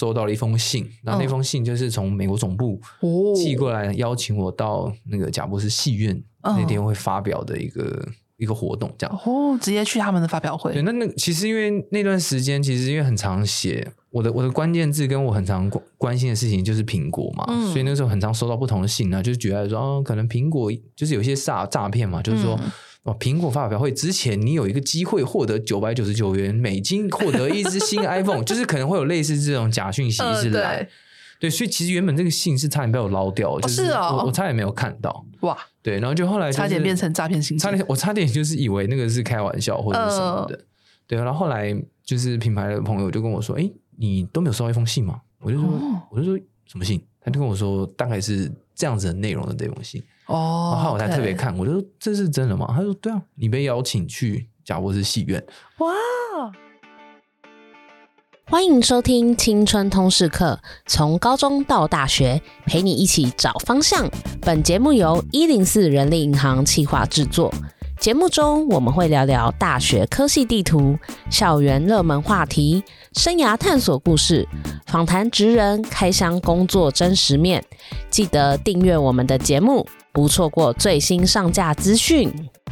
收到了一封信，然后那封信就是从美国总部寄过来邀请我到那个贾博士戏院那天会发表的一个活动这样。 直接去他们的发表会。 对，那其实因为那段时间其实因为很常写我的关键字跟我很常关心的事情就是苹果嘛，所以那时候很常收到不同的信啊，就是觉得说可能苹果就是有些诈骗嘛，就是说苹果发表会之前你有一个机会获得999元美金获得一支新 iPhone 就是可能会有类似这种假讯息是来对，所以其实原本这个信是差点被我捞掉，就是我差点没有看到。哇，对，然后就后来、就是、 差点变成诈骗信息， 我差点就是以为那个是开玩笑或者是什么的。对，然后后来就是品牌的朋友就跟我说：“哎，你都没有收到一封信吗？”我就说什么信？他就跟我说大概是这样子的内容的这封信。然后我才特别看，我就说这是真的吗？他说对啊，你被邀请去贾博士戏院。哇！ 欢迎收听青春通识课，从高中到大学，陪你一起找方向。本节目由104人力银行企划制作。节目中我们会聊聊大学科系地图、校园热门话题、生涯探索故事，访谈职人开箱工作真实面。记得订阅我们的节目，不错过最新上架资讯。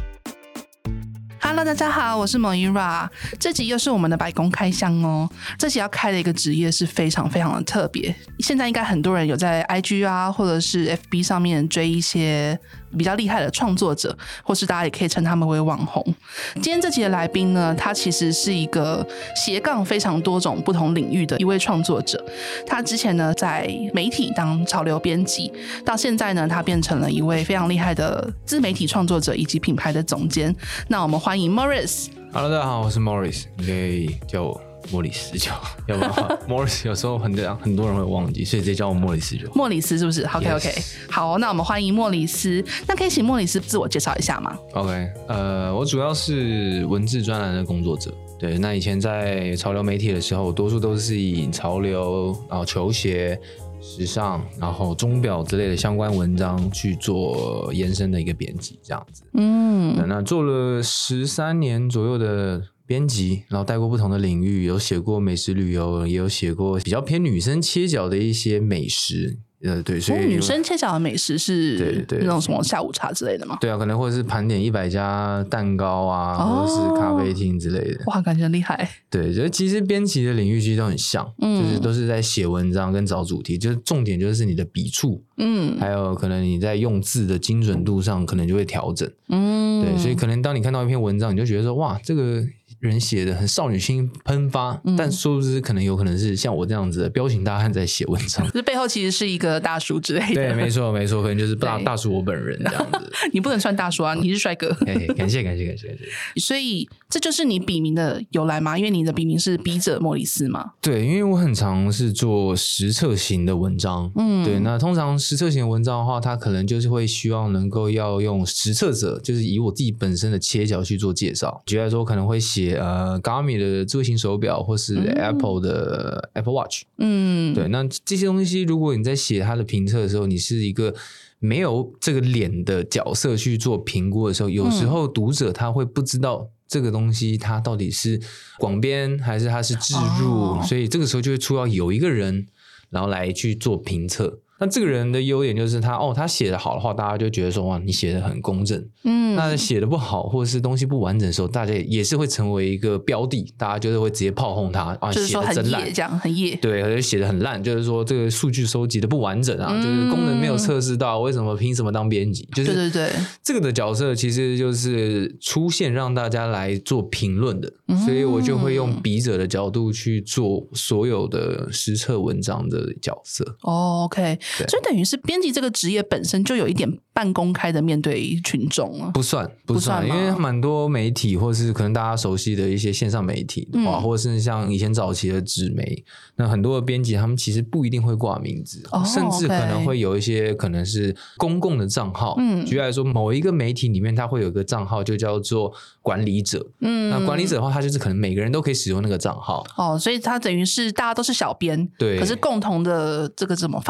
Hello， 大家好，我是 Moira。这集又是我们的白宫开箱哦。这集要开的一个职业是非常非常的特别。现在应该很多人有在 IG 啊，或者是 FB 上面追一些比较厉害的创作者，或是大家也可以称他们为网红。今天这集的来宾呢，他其实是一个斜杠非常多种不同领域的一位创作者。他之前呢在媒体当潮流编辑，到现在呢他变成了一位非常厉害的自媒体创作者以及品牌的总监。那我们欢迎 Morris。Hello， 大家好，我是 Morris， 你可以叫我莫里斯就好，要不然Morris 有时候很多人会忘记，所以直接叫我莫里斯就好。 莫里斯是不是 ？OK， 好，那我们欢迎莫里斯。那可以请莫里斯自我介绍一下吗 ？OK， 我主要是文字专栏的工作者。对，那以前在潮流媒体的时候，多数都是以潮流、然后球鞋、时尚，然后钟表之类的相关文章去做延伸的一个编辑，这样子。那做了13年左右的编辑，然后带过不同的领域，有写过美食旅游，也有写过比较偏女生切角的一些美食。对，所以女生切角的美食是那种什么下午茶之类的吗？ 对啊，可能或者是盘点100家蛋糕啊，或者是咖啡厅之类的。 哇，感觉很厉害。 对，就其实编辑的领域其实都很像，就是都是在写文章跟找主题，就是重点就是你的笔触，还有可能你在用字的精准度上可能就会调整。对，所以可能当你看到一篇文章，你就觉得说哇，这个人写的很少女心喷发，但殊不知可能有可能是像我这样子的彪形大汉在写文章， 这背后其实是一个大叔之类的。 对，没错，可能就是大叔我本人这样子。 你不能算大叔啊，你是帅哥。 感谢。 所以这就是你笔名的由来吗？因为你的笔名是笔者莫里斯嘛。 对，因为我很常是做实测型的文章。对，那通常实测型的文章的话，它可能就是会希望能够要用实测者，就是以我自己本身的切角去做介绍。举例来说，可能会写Garmin 的智慧型手表，或是 Apple 的 Apple Watch。对，那这些东西，如果你在写它的评测的时候，你是一个没有这个脸的角色去做评估的时候，有时候读者他会不知道这个东西它到底是广编还是它是置入，所以这个时候就会出要有一个人然后来去做评测。那这个人的优点就是他写的好的话，大家就觉得说哇，你写的很公正。那写的不好或者是东西不完整的时候，大家也是会成为一个标的，大家就是会直接炮轰他啊， 就是说很野这样，很野。 对，而且写的很烂，就是说这个数据收集的不完整啊，就是功能没有测试到，为什么凭什么当编辑？就是对， 这个的角色其实就是出现让大家来做评论的，所以我就会用笔者的角度去做所有的实测文章的角色。 OK。所以等于是编辑这个职业本身就有一点半公开的面对群众了。 不算，因为蛮多媒体或是可能大家熟悉的一些线上媒体的话，或者是像以前早期的纸媒，那很多的编辑他们其实不一定会挂名字，甚至可能会有一些可能是公共的账号。举例来说，某一个媒体里面它会有一个账号就叫做管理者。那管理者的话，他就是可能每个人都可以使用那个账号。 所以他等于是大家都是小编，对，可是共同的这个怎么发声的角色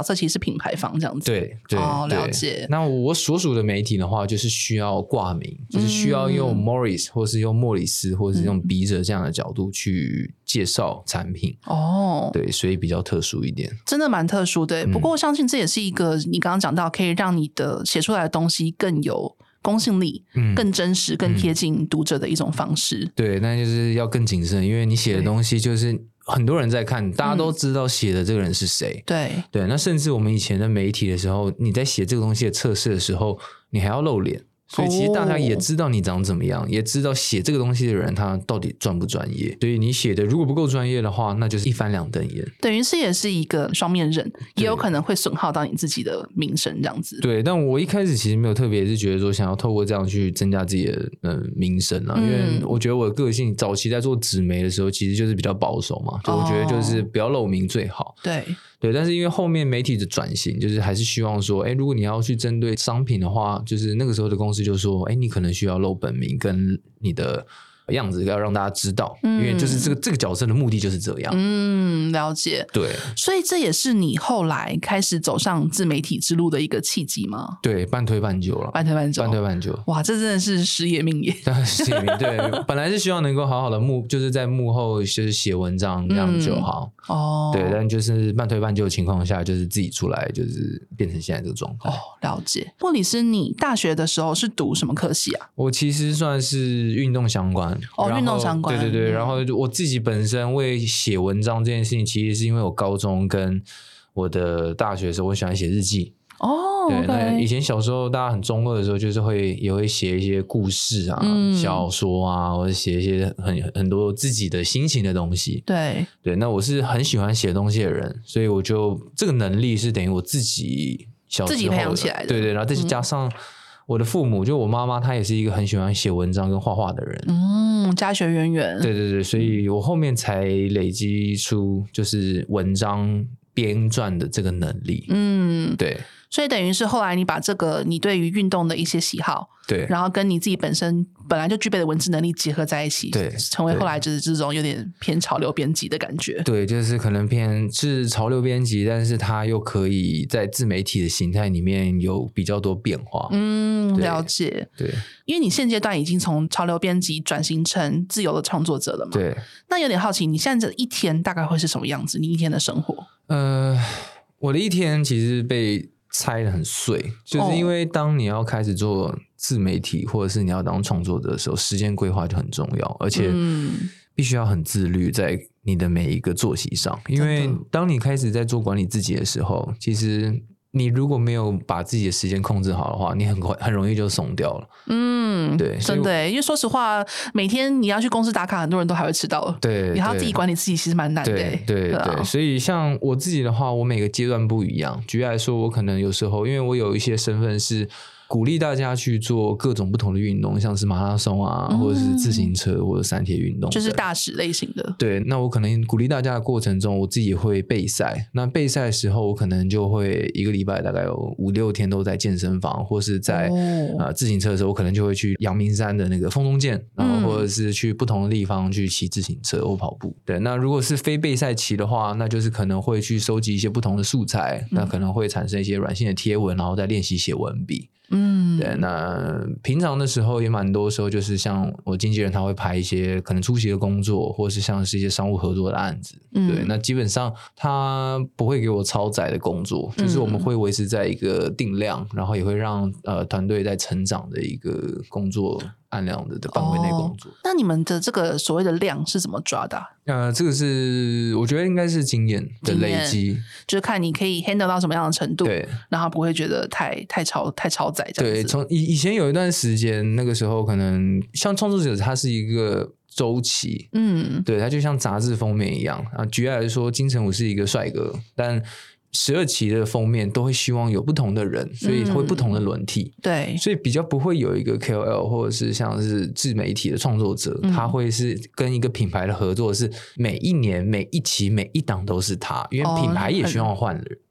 色其实是品牌方这样子。 对对， 了解。 那我所属的媒体的话，就是需要挂名，就是需要用 Morris 或是用莫里斯或是用笔者这样的角度去介绍产品。对，所以比较特殊一点， 真的蛮特殊的。不过我相信这也是一个你刚刚讲到可以让你的写出来的东西更有公信力，更真实，更贴近读者的一种方式。 对，那就是要更谨慎，因为你写的东西就是很多人在看，大家都知道写的这个人是谁。对，那甚至我们以前的媒体的时候，你在写这个东西的测试的时候，你还要露脸。所以其实大家也知道你长怎么样，也知道写这个东西的人他到底专不专业。所以你写的如果不够专业的话，那就是一翻两瞪眼， 等于是也是一个双面刃，也有可能会损耗到你自己的名声这样子。 对，但我一开始其实没有特别是觉得说想要透过这样去增加自己的名声啊，因为我觉得我的个性早期在做纸媒的时候其实就是比较保守嘛，就我觉得就是不要露名最好。对，但是因为后面媒体的转型，就是还是希望说，如果你要去针对商品的话，就是那个时候的公司就说，你可能需要露本名跟你的样子要让大家知道，因为就是这个角色的目的就是这样。 了解。 对， 所以这也是你后来开始走上自媒体之路的一个契机吗？ 对，半推半就了。半推半就。 哇，这真的是时也命也。 时也命，对，本来是希望能够好好的就是在幕后就是写文章这样就好。对，但就是半推半就的情况下，就是自己出来，就是变成现在这个状态。 了解。莫里斯，你大学的时候是读什么科系啊？ 我其实算是运动相关。 运动相关。 对，然后我自己本身为写文章这件事情，其实是因为我高中跟我的大学的时候，我喜欢写日记。对，那以前小时候大家很中二的时候，就是也会写一些故事啊、小说啊，或者写一些很多自己的心情的东西。对，那我是很喜欢写东西的人，所以我就这个能力是等于我自己小时候自己培养起来的。 对，然后再加上我的父母，就我妈妈，她也是一个很喜欢写文章跟画画的人。 家学渊源。对， 所以我后面才累积出就是文章编撰的这个能力。对。 所以等于是后来你把这个你对于运动的一些喜好， 对， 然后跟你自己本身本来就具备的文字能力结合在一起，对，成为后来就是这种有点偏潮流编辑的感觉。 对，就是可能偏是潮流编辑，但是它又可以在自媒体的形态里面有比较多变化。 了解。 对， 因为你现阶段已经从潮流编辑转型成自由的创作者了嘛。 对。 那有点好奇，你现在这一天大概会是什么样子？你一天的生活？ 我的一天其实被拆得很碎，就是因为当你要开始做自媒体或者是你要当创作者的时候，时间规划就很重要，而且必须要很自律在你的每一个作息上。因为当你开始在做管理自己的时候，其实你如果没有把自己的时间控制好的话，你很容易就松掉了。对， 真的，因为说实话，每天你要去公司打卡，很多人都还会迟到了。对，你还要自己管理自己，其实蛮难的。 对，所以像我自己的话，我每个阶段不一样。举例来说，我可能有时候，因为我有一些身份是鼓励大家去做各种不同的运动，像是马拉松啊，或者是自行车或者三铁运动， 就是大使类型的。 对，那我可能鼓励大家的过程中，我自己也会备赛。那备赛的时候，我可能就会一个礼拜大概有5-6天都在健身房，或是在自行车的时候，我可能就会去阳明山的那个风中剑，然后或者是去不同的地方去骑自行车或跑步。对，那如果是非备赛期的话，那就是可能会去收集一些不同的素材，那可能会产生一些软性的贴文，然后再练习写文笔。对，那平常的时候也蛮多时候，就是像我经纪人他会排一些可能出席的工作，或是像是一些商务合作的案子。对，那基本上他不会给我超载的工作，就是我们会维持在一个定量，然后也会让团队在成长的一个工作按量的范围内工作。 那你们的这个所谓的量是怎么抓的？ 这个是我觉得应该是经验的累积， 就是看你可以 handle 到什么样的程度，对，然后不会觉得太超载这样子。 对，从以前有一段时间，那个时候可能像创作者，他是一个周期，对，他就像杂志封面一样啊。举例来说，金城武是一个帅哥，但12期的封面都会希望有不同的人，所以会不同的轮替。对，所以比较不会有一个 KOL 或者是像是自媒体的创作者，他会是跟一个品牌的合作，是每一年每一期每一档都是他，因为品牌也需要换人。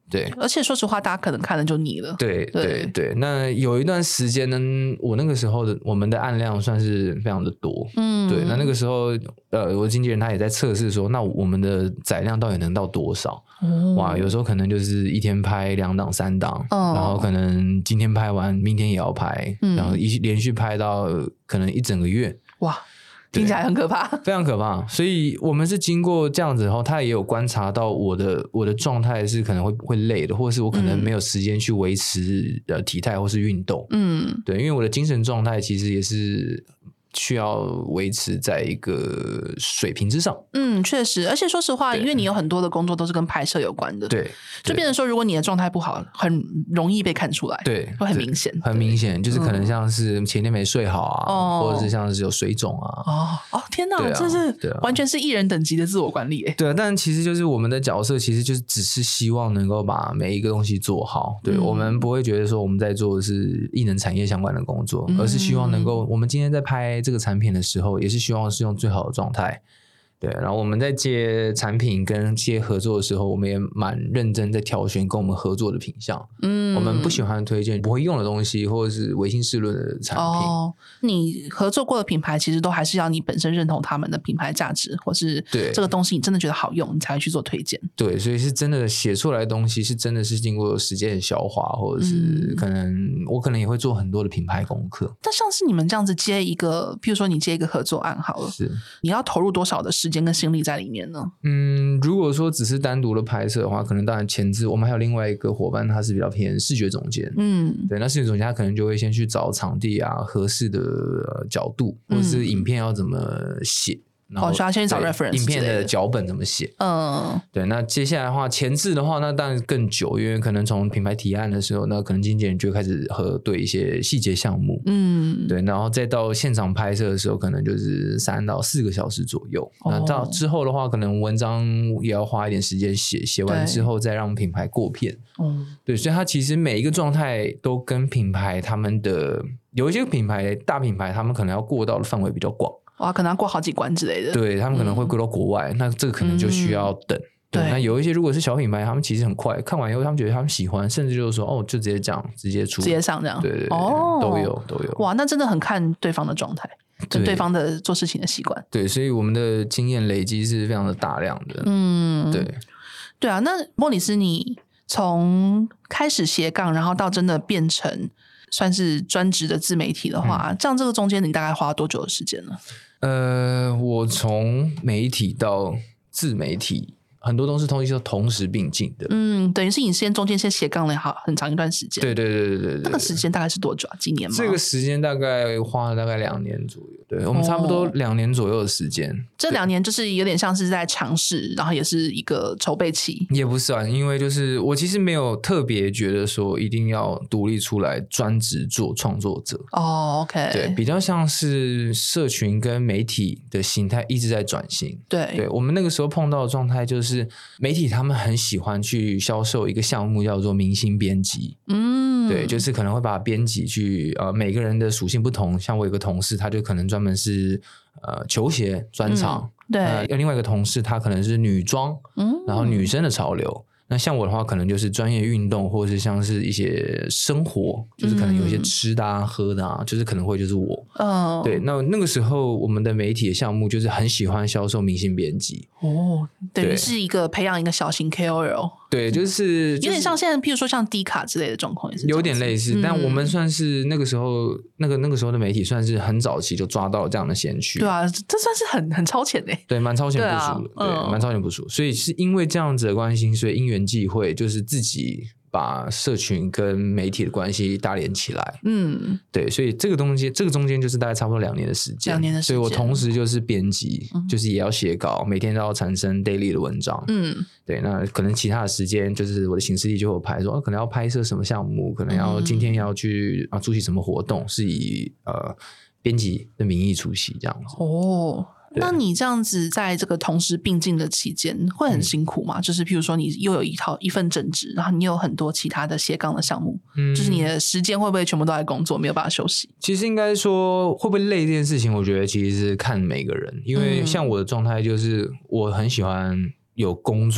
对， 而且说实话，大家可能看了就腻了。 对对对。那有一段时间呢，我那个时候我们的案量算是非常的多，对。那个时候我的经纪人他也在测试说，那我们的载量到底能到多少？哇，有时候可能就是一天拍2档3档，然后可能今天拍完，明天也要拍，然后连续拍到可能1整个月。 哇，听起来很可怕， 非常可怕。所以我们是经过这样子后，他也有观察到我的状态是可能会累的，或者是我可能没有时间去维持体态或是运动。对，因为我的精神状态其实也是需要维持在一个水平之上。 确实，而且说实话，因为你有很多的工作都是跟拍摄有关的， 对， 就变成说，如果你的状态不好，很容易被看出来， 对， 会很明显， 很明显，就是可能像是前天没睡好啊，或者是像是有水肿啊。 天哪，这是完全是艺人等级的自我管理耶。 对，但其实就是我们的角色，其实就是只是希望能够把每一个东西做好。对，我们不会觉得说我们在做的是艺能产业相关的工作，而是希望能够，我们今天在拍这个产品的时候，也是希望是用最好的状态。对，然后我们在接产品跟接合作的时候，我们也蛮认真在挑选跟我们合作的品项。我们不喜欢推荐不会用的东西，或者是唯心是论的产品。 你合作过的品牌，其实都还是要你本身认同他们的品牌价值，或是这个东西你真的觉得好用，你才会去做推荐。对， 所以是真的写出来的东西，是真的是经过时间的消化，或者是我可能也会做很多的品牌功课。 但像是你们这样子接一个，譬如说你接一个合作案好了， 是你要投入多少的时间跟心力在里面呢？ 如果说只是单独的拍摄的话，可能当然前置，我们还有另外一个伙伴，他是比较偏视觉总监。对，那视觉总监他可能就会先去找场地啊，合适的角度，或者是影片要怎么写。然后需要先找 reference 影片的脚本怎么写。对，那接下来的话，前置的话，那当然更久，因为可能从品牌提案的时候，那可能经纪人就开始核对一些细节项目。对，然后再到现场拍摄的时候，可能就是3到4个小时左右。那到之后的话，可能文章也要花一点时间写，写完之后再让品牌过片。对，所以它其实每一个状态都跟品牌他们的有一些品牌大品牌，他们可能要过到的范围比较广。 可能要过好几关之类的。 对，他们可能会过到国外，那这个可能就需要等。对，那有一些如果是小品牌，他们其实很快看完以后，他们觉得他们喜欢，甚至就是说就直接这样直接出， 直接上这样。 对，都有。 哇，那真的很看对方的状态跟对方的做事情的习惯。 对，所以我们的经验累积是非常的大量的。 对啊，那莫里斯，你从开始斜杠，然后到真的变成算是专职的自媒体的话，这样这个中间你大概花多久的时间呢？ 我从媒体到自媒体，很多东西都同时并进的。 等于是你中间先斜杠了很长一段时间。 对。 那个时间大概是多久啊？几年吗？ 这个时间大概花了大概2年左右。对，我们差不多2年左右的时间。 这2年就是有点像是在尝试，然后也是一个筹备期。 也不算，因为就是我其实没有特别觉得说一定要独立出来专职做创作者。 OK。 对，比较像是社群跟媒体的形态一直在转型。对，我们那个时候碰到的状态就是媒体他们很喜欢去销售一个项目叫做明星编辑。对，就是可能会把编辑去每个人的属性不同，像我有个同事，他就可能专门是球鞋专场。 对， 另外一个同事他可能是女装，然后女生的潮流。那像我的话，可能就是专业运动，或者是像是一些生活，就是可能有一些吃的啊、喝的啊，就是可能会就是我。对，那个时候我们的媒体的项目就是很喜欢销售明星编辑。 等于是一个培养一个小型 KOL。 对，就是有点像现在，譬如说像迪卡之类的状况，也是有点类似。但我们算是那个时候那个时候的媒体，算是很早期就抓到了这样的先驱。 对啊，这算是很超前的。 对，蛮超前部署的。对，蛮超前部署。所以是因为这样子的关系，所以因缘际会，就是自己把社群跟媒体的关系搭连起来。对，所以这个中间就是大概差不多2年的时间。所以我同时就是编辑，就是也要写稿，每天都要产生 daily 的文章。对，那可能其他的时间就是我的行事历就会拍说，可能要拍摄什么项目，可能今天要去出席什么活动，是以编辑的名义出席这样子。 那你这样子在这个同时并进的期间会很辛苦吗？就是譬如说你又有一份正职，然后你有很多其他的斜杠的项目，就是你的时间会不会全部都在工作，没有办法休息？ 其实应该说会不会累这件事情，我觉得其实是看每个人。因为像我的状态就是我很喜欢有工作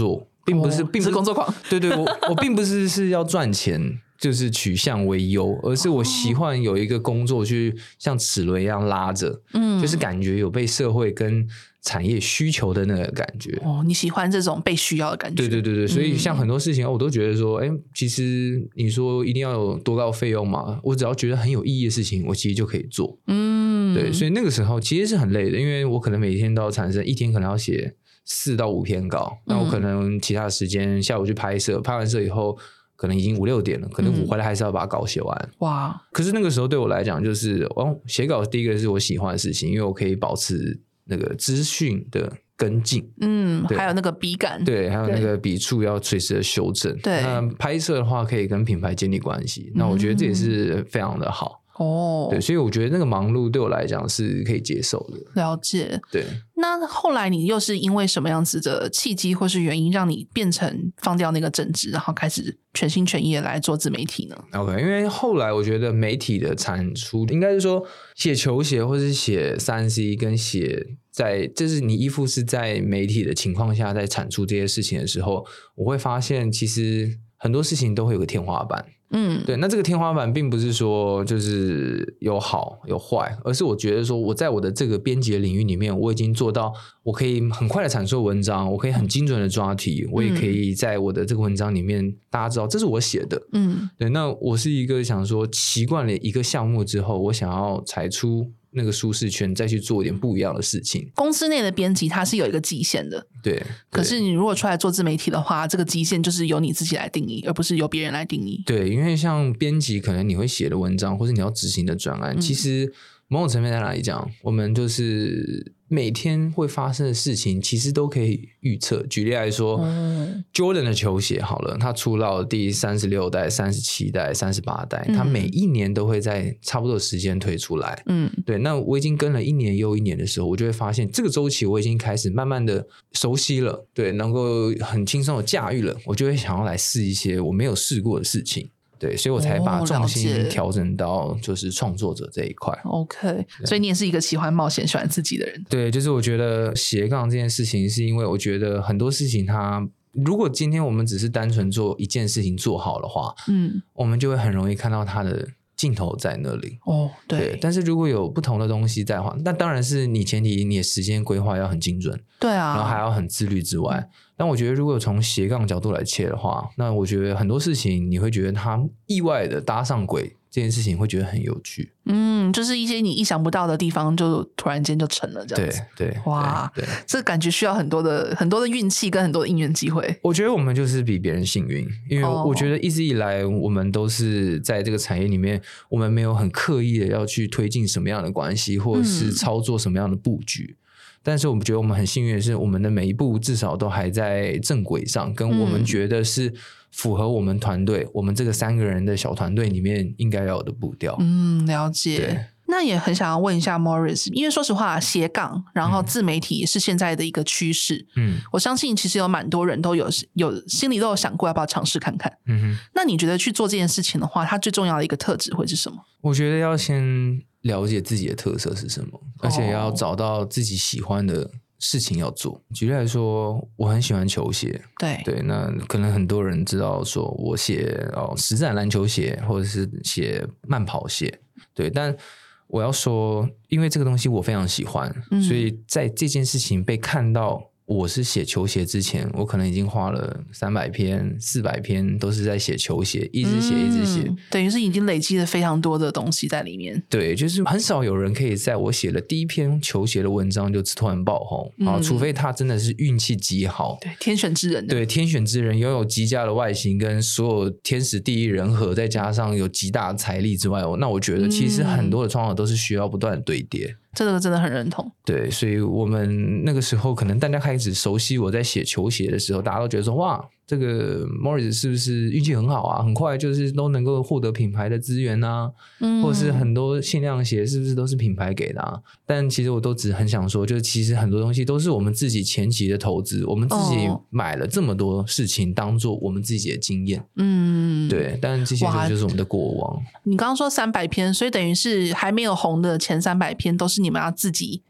并不是工作狂。 对对，我并不是要赚钱，就是取向为优，而是我喜欢有一个工作去像齿轮一样拉着，就是感觉有被社会跟产业需求的那个感觉。 你喜欢这种被需要的感觉。 对对对对，所以像很多事情我都觉得说，其实你说一定要有多高费用嘛，我只要觉得很有意义的事情，我其实就可以做。对，所以那个时候其实是很累的，因为我可能每天都要产生，一天可能要写4到5篇稿，那我可能其他的时间下午去拍摄，拍完摄以后可能已经5、6点了，可能我回来还是要把稿写完。哇！可是那个时候对我来讲，就是写稿第一个是我喜欢的事情，因为我可以保持那个资讯的跟进， 还有那个笔感， 对，还有那个笔触要随时的修正。对，那拍摄的话可以跟品牌建立关系，那我觉得这也是非常的好。对，所以我觉得那个忙碌对我来讲是可以接受的。 了解。 对， 那后来你又是因为什么样子的契机或是原因，让你变成放掉那个正职，然后开始全心全意的来做自媒体呢？ OK， 因为后来我觉得媒体的产出，应该是说写球鞋或是写3C 跟写就是你依附是在媒体的情况下在产出这些事情的时候，我会发现其实很多事情都会有个天花板。对，那这个天花板并不是说就是有好有坏，而是我觉得说我在我的这个编辑的领域里面，我已经做到我可以很快的阐述文章，我可以很精准的抓题，我也可以在我的这个文章里面大家知道这是我写的。对，那我是一个想说习惯了一个项目之后，我想要踩出那个舒适圈，再去做一点不一样的事情。 公司内的编辑它是有一个极限的， 对。 可是你如果出来做自媒体的话，这个极限就是由你自己来定义，而不是由别人来定义。 对，因为像编辑，可能你会写的文章，或是你要执行的专案，其实某种层面来讲，我们就是每天会发生的事情，其实都可以预测。举例来说，Jordan 的球鞋好了，它出到第36代、37代、38代，它每一年都会在差不多的时间推出来。对，那我已经跟了1年又1年的时候，我就会发现这个周期我已经开始慢慢的熟悉了，对，能够很轻松的驾驭了，我就会想要来试一些我没有试过的事情。对，所以我才把重心调整到就是创作者这一块。 OK， 所以你也是一个喜欢冒险、喜欢刺激的人。 对，就是我觉得斜杠这件事情，是因为我觉得很多事情它，如果今天我们只是单纯做一件事情做好的话，我们就会很容易看到它的尽头在那里。对。但是如果有不同的东西在的话，那当然是你前提你的时间规划要很精准， 对啊， 然后还要很自律之外。但我觉得如果从斜杠角度来切的话，那我觉得很多事情你会觉得它意外的搭上轨，这件事情会觉得很有趣。 就是一些你意想不到的地方就突然间就成了这样子。 对， 哇，对，这感觉需要很多的运气跟很多的因缘机会。 我觉得我们就是比别人幸运，因为我觉得一直以来我们都是在这个产业里面，我们没有很刻意的要去推进什么样的关系，或者是操作什么样的布局。但是我们觉得我们很幸运的是，我们的每一步至少都还在正轨上，跟我们觉得是符合我们团队，我们这个3个人的小团队里面应该要有的步调。 了解。那也很想要问一下 Morris， 因为说实话斜杠然后自媒体也是现在的一个趋势。我相信其实有蛮多人都有心里都有想过要不要尝试看看。那你觉得去做这件事情的话，它最重要的一个特质会是什么？ 我觉得要先了解自己的特色是什么，而且要找到自己喜欢的事情要做。举例来说，我很喜欢球鞋，对，那可能很多人知道说我写实战篮球鞋或者是写慢跑鞋，对，但我要说，因为这个东西我非常喜欢，所以在这件事情被看到我是写球鞋之前，我可能已经花了300篇、400篇，都是在写球鞋，一直写， 等于是已经累积了非常多的东西在里面。 对，就是很少有人可以在我写了第一篇球鞋的文章就突然爆红，除非他真的是运气极好， 对，天选之人， 对，天选之人拥有极佳的外形跟所有天时地利人和，再加上有极大的财力之外，那我觉得其实很多的创作都是需要不断的堆叠。 这个真的很认同。 对，所以我们那个时候可能大家开始熟悉我在写球鞋的时候，大家都觉得说哇，这个 Morris 是不是运气很好啊，很快就是都能够获得品牌的资源啊，或者是很多限量鞋是不是都是品牌给的啊？但其实我都只很想说，就是其实很多东西都是我们自己前期的投资，我们自己买了这么多事情当做我们自己的经验。对，但这些就是我们的过往。 你刚刚说300篇，所以等于是还没有红的前300篇都是你们要自己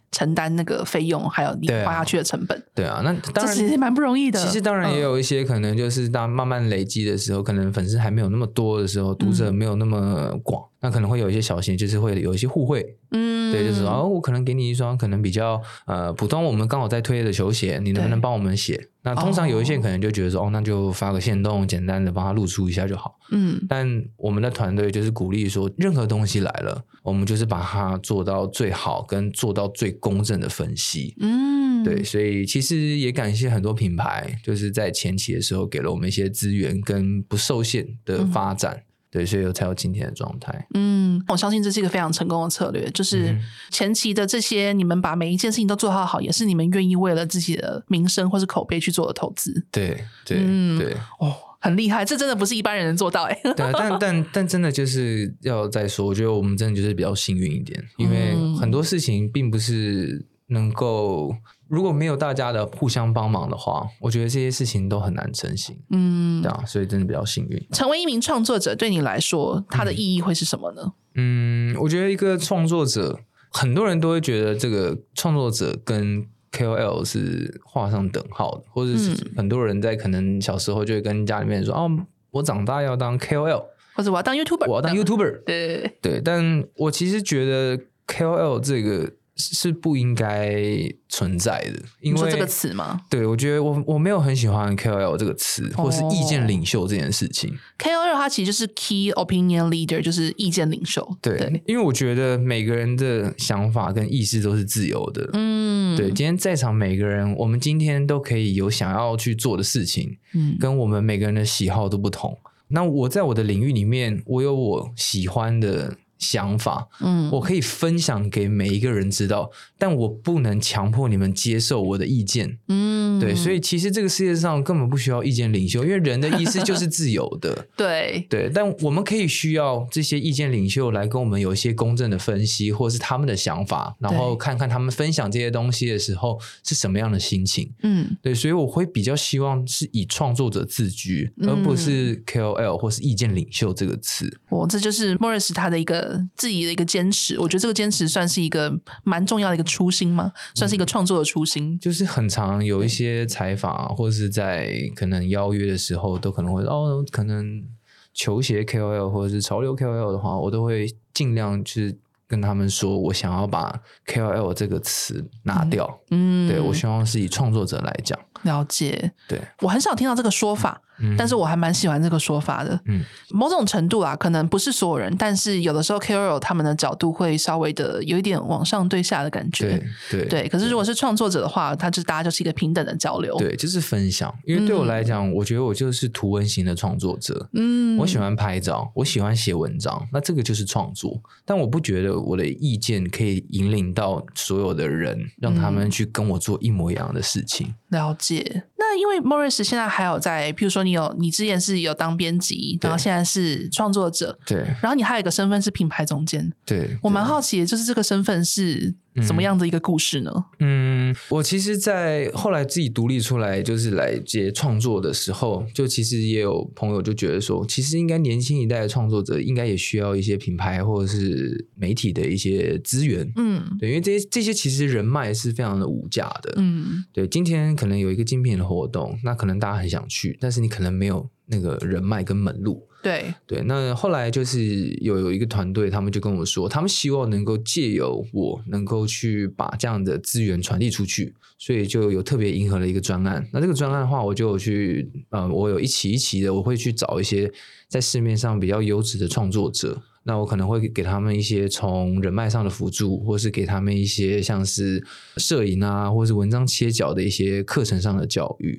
承担那个费用，还有你花下去的成本。 对啊，那当然这其实蛮不容易的。 其实当然也有一些可能就是当慢慢累积的时候，可能粉丝还没有那么多的时候，读者没有那么广，那可能会有一些小型，就是会有一些互惠。对，就是说我可能给你一双可能比较普通我们刚好在推的球鞋，你能不能帮我们写？那通常有一些人可能就觉得说那就发个限动，简单的帮他露出一下就好。但我们的团队就是鼓励说，任何东西来了，我们就是把它做到最好，跟做到最公正的分析。对，所以其实也感谢很多品牌，就是在前期的时候给了我们一些资源跟不受限的发展。对，所以才有今天的状态。 我相信这是一个非常成功的策略，就是前期的这些你们把每一件事情都做好，也是你们愿意为了自己的名声或是口碑去做的投资。 对， 很厉害，这真的不是一般人能做到欸。 对，但真的就是要再说，我觉得我们真的就是比较幸运一点，因为很多事情并不是能够，如果没有大家的互相帮忙的话，我觉得这些事情都很难成型。对啊，所以真的比较幸运。 成为一名创作者对你来说，它的意义会是什么呢？ 我觉得一个创作者，很多人都会觉得这个创作者跟 KOL 是画上等号的，或者是很多人在可能小时候就会跟家里面说我长大要当 KOL， 或者我要当 YouTuber， 我要当 YouTuber。 对， 但我其实觉得 KOL 这个是不应该存在的。因为你说这个词吗？ 对，我觉得我没有很喜欢 KOL 这个词，或是意见领袖这件事情。 KOL 它其实就是 Key Opinion Leader， 就是意见领袖。 对，因为我觉得每个人的想法跟意识都是自由的。对，今天在场每个人，我们今天都可以有想要去做的事情，跟我们每个人的喜好都不同。那我在我的领域里面，我有我喜欢的想法，我可以分享给每一个人知道，但我不能强迫你们接受我的意见。对，所以其实这个世界上根本不需要意见领袖，因为人的意思就是自由的。对，但我们可以需要这些意见领袖来跟我们有一些公正的分析，或是他们的想法，然后看看他们分享这些东西的时候是什么样的心情。对，所以我会比较希望是以创作者自居，而不是 KOL 或是意见领袖这个词。 这就是 Morris 他的一个自己的一个坚持。我觉得这个坚持算是一个蛮重要的一个初心吗？算是一个创作的初心。就是很常有一些采访或是在可能邀约的时候都可能会可能球鞋 KOL 或者是潮流 KOL 的话，我都会尽量去跟他们说我想要把 KOL 这个词拿掉。对，我希望是以创作者来讲。 了解。 对， 我很少听到这个说法，但是我还蛮喜欢这个说法的。某种程度可能不是所有人，但是有的时候 KOL 他们的角度会稍微的有一点往上对下的感觉。对，可是如果是创作者的话，大家就是一个平等的交流。 对，就是分享。因为对我来讲，我觉得我就是图文型的创作者。我喜欢拍照，我喜欢写文章，那这个就是创作。但我不觉得我的意见可以引领到所有的人，让他们去跟我做一模一样的事情。 了解。那因为 Morris 现在还有在，譬如说你之前是有当编辑，然后现在是创作者， 对， 然后你还有一个身份是品牌总监。 对， 我蛮好奇的，就是这个身份是怎么样的一个故事呢？ 我其实在后来自己独立出来就是来接创作的时候，就其实也有朋友就觉得说，其实应该年轻一代的创作者应该也需要一些品牌或者是媒体的一些资源。对，因为这些其实人脉是非常的无价的。对，今天可能有一个精品的活动，那可能大家很想去，但是你可能没有那个人脉跟门路。对，那后来就是有一个团队，他们就跟我说，他们希望能够借由我能够去把这样的资源传递出去，所以就有特别迎合了一个专案。那这个专案的话，我就有去我有一期的，我会去找一些在市面上比较优质的创作者。那我可能会给他们一些从人脉上的辅助，或是给他们一些像是摄影或是文章切角的一些课程上的教育。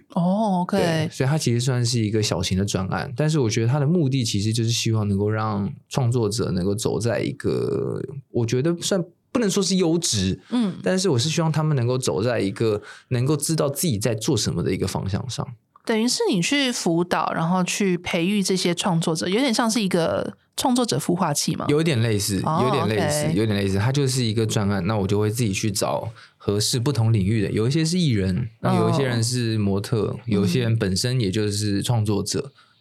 OK。 所以它其实算是一个小型的专案，但是我觉得它的目的其实就是希望能够让创作者能够走在一个，我觉得算不能说是优质，但是我是希望他们能够走在一个能够知道自己在做什么的一个方向上。 等于是你去辅导，然后去培育这些创作者，有点像是一个创作者孵化器吗？ 有点类似，有点类似。它就是一个专案，那我就会自己去找合适不同领域的，有一些是艺人，有一些人是模特，有一些人本身也就是创作者，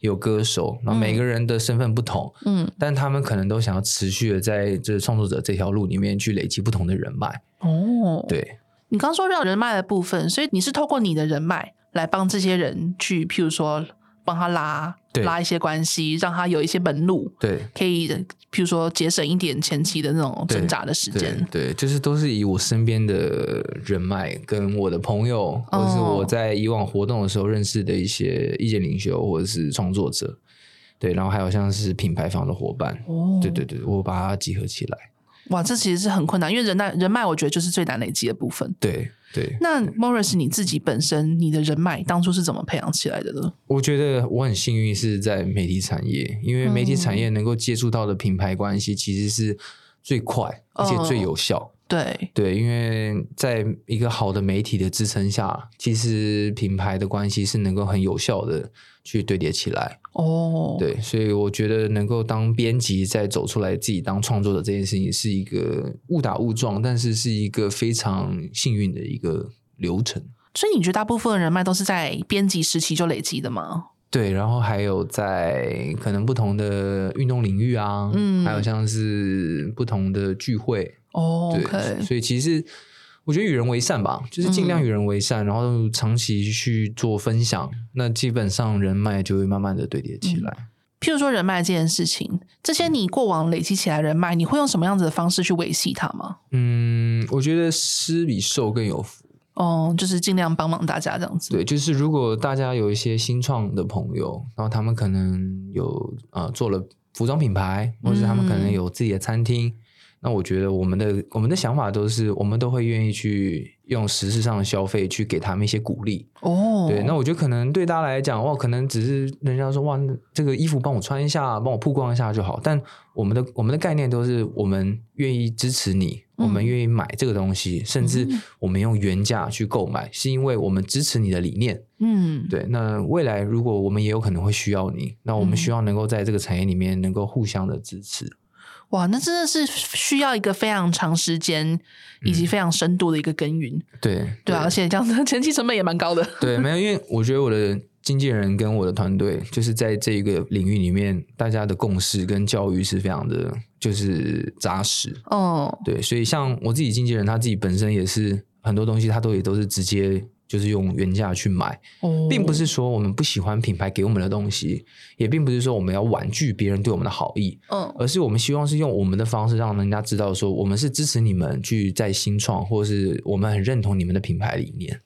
有歌手，然后每个人的身份不同，但他们可能都想要持续的在这创作者这条路里面去累积不同的人脉。对， 你刚说到人脉的部分，所以你是透过你的人脉来帮这些人去，譬如说帮他拉一些关系，让他有一些门路， 对， 可以譬如说节省一点前期的那种挣扎的时间。 对，就是都是以我身边的人脉跟我的朋友，或者是我在以往活动的时候认识的一些意见领袖或者是创作者，对，然后还有像是品牌方的伙伴，对，我把它集合起来。 哇，这其实是很困难，因为人脉我觉得就是最难累积的部分。 对。 那 Morris 你自己本身你的人脉当初是怎么培养起来的呢？ 我觉得我很幸运是在媒体产业，因为媒体产业能够接触到的品牌关系其实是最快而且最有效。对，因为在一个好的媒体的支撑下，其实品牌的关系是能够很有效的去堆叠起来。对，所以我觉得能够当编辑再走出来自己当创作者这件事情是一个误打误撞，但是是一个非常幸运的一个流程。 所以你觉得大部分的人脉都是在编辑时期就累积的吗？ 对，然后还有在可能不同的运动领域啊，还有像是不同的聚会。对，所以其实我觉得与人为善吧，就是尽量与人为善，然后长期去做分享，那基本上人脉就会慢慢的堆叠起来。 譬如说人脉这件事情，这些你过往累积起来的人脉，你会用什么样子的方式去维系它吗？ 我觉得施比受更有福。 就是尽量帮忙大家这样子。 对，就是如果大家有一些新创的朋友，然后他们可能有做了服装品牌，或者是他们可能有自己的餐厅，那我觉得我们的想法都是，我们都会愿意去用实质上的消费去给他们一些鼓励。对，那我觉得可能对大家来讲，哇，可能只是人家说哇，这个衣服帮我穿一下，帮我曝光一下就好。但我们的概念都是，我们愿意支持你，我们愿意买这个东西，甚至我们用原价去购买，是因为我们支持你的理念。对。那未来如果我们也有可能会需要你，那我们希望能够在这个产业里面能够互相的支持。 哇，那真的是需要一个非常长时间以及非常深度的一个耕耘。对啊，而且这样子前期成本也蛮高的。 对，没有，因为我觉得我的经纪人跟我的团队就是在这个领域里面，大家的共识跟教育是非常的就是扎实。对，所以像我自己经纪人，他自己本身也是很多东西他也都是直接就是用原价去买，并不是说我们不喜欢品牌给我们的东西，也并不是说我们要婉拒别人对我们的好意，而是我们希望是用我们的方式让人家知道说我们是支持你们去在新创，或是我们很认同你们的品牌理念。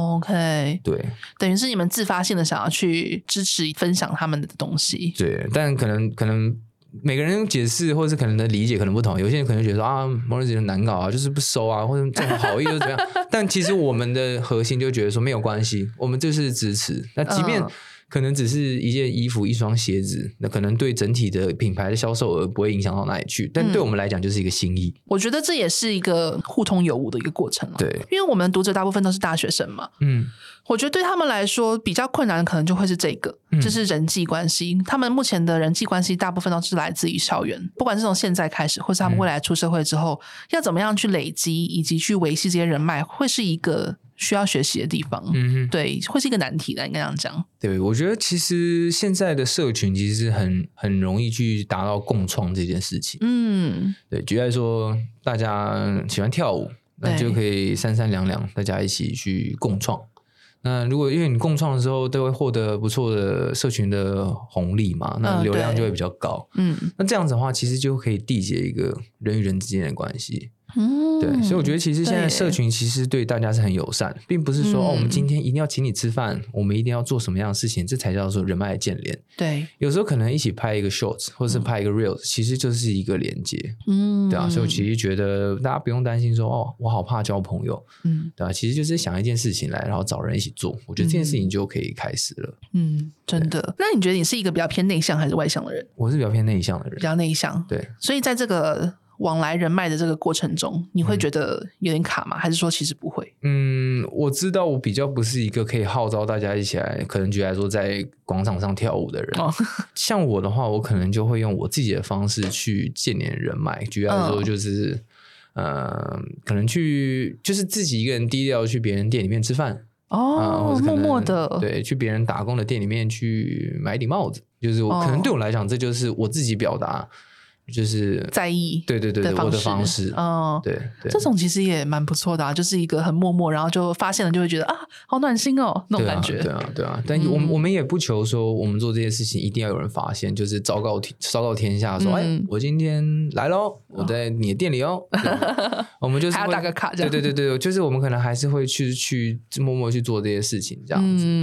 OK， 对， 等于是你们自发性的想要去支持分享他们的东西。 对，但可能每个人解释或是可能的理解可能不同，有些人可能觉得说啊，Morris很难搞啊，就是不收啊，或者这种好意就是怎么样。但其实我们的核心就觉得说没有关系，我们就是支持。那即便可能只是一件衣服、一双鞋子，那可能对整体的品牌的销售额不会影响到哪里去，但对我们来讲就是一个心意。 我觉得这也是一个互通有无的一个过程了。 对， 因为我们读者大部分都是大学生嘛。我觉得对他们来说比较困难的可能就会是这个，就是人际关系。他们目前的人际关系大部分都是来自于校园，不管是从现在开始，或是他们未来出社会之后，要怎么样去累积以及去维系这些人脉，会是一个需要学习的地方。对，会是一个难题的，应该这样讲。 对，我觉得其实现在的社群其实很容易去达到共创这件事情。对，举例来说，大家喜欢跳舞，那就可以三三两两大家一起去共创。那如果因为你共创的时候都会获得不错的社群的红利嘛，那流量就会比较高。那这样子的话，其实就可以缔结一个人与人之间的关系。对，所以我觉得其实现在社群其实对大家是很友善，并不是说我们今天一定要请你吃饭，我们一定要做什么样的事情，这才叫做人脉的建联。 对， 有时候可能一起拍一个 shorts 或是拍一个 reels，其实就是一个连接。对啊，所以我其实觉得大家不用担心说我好怕交朋友。对啊，其实就是想一件事情来，然后找人一起做，我觉得这件事情就可以开始了。 真的。那你觉得你是一个比较偏内向还是外向的人？ 我是比较偏内向的人。 比较内向。对，所以在这个往来人脉的这个过程中，你会觉得有点卡吗？还是说其实不会？ 我知道我比较不是一个可以号召大家一起来，可能举例来说在广场上跳舞的人。像我的话，我可能就会用我自己的方式去建立人脉。举例来说就是可能去就是自己一个人低调去别人店里面吃饭。 哦，默默的， 对，去别人打工的店里面去买一顶帽子，就是可能对我来讲，这就是我自己表达。就是在意， 对我的方式，对， 这种其实也蛮不错的啊，就是一个很默默，然后就发现了就会觉得啊，好暖心哦，那种感觉。 对啊，但我们也不求说我们做这些事情一定要有人发现，就是昭告天下说，我今天来咯，我在你的店里哦，我们就是还要打个卡这样。 对，就是我们可能还是会去默默去做这些事情这样子。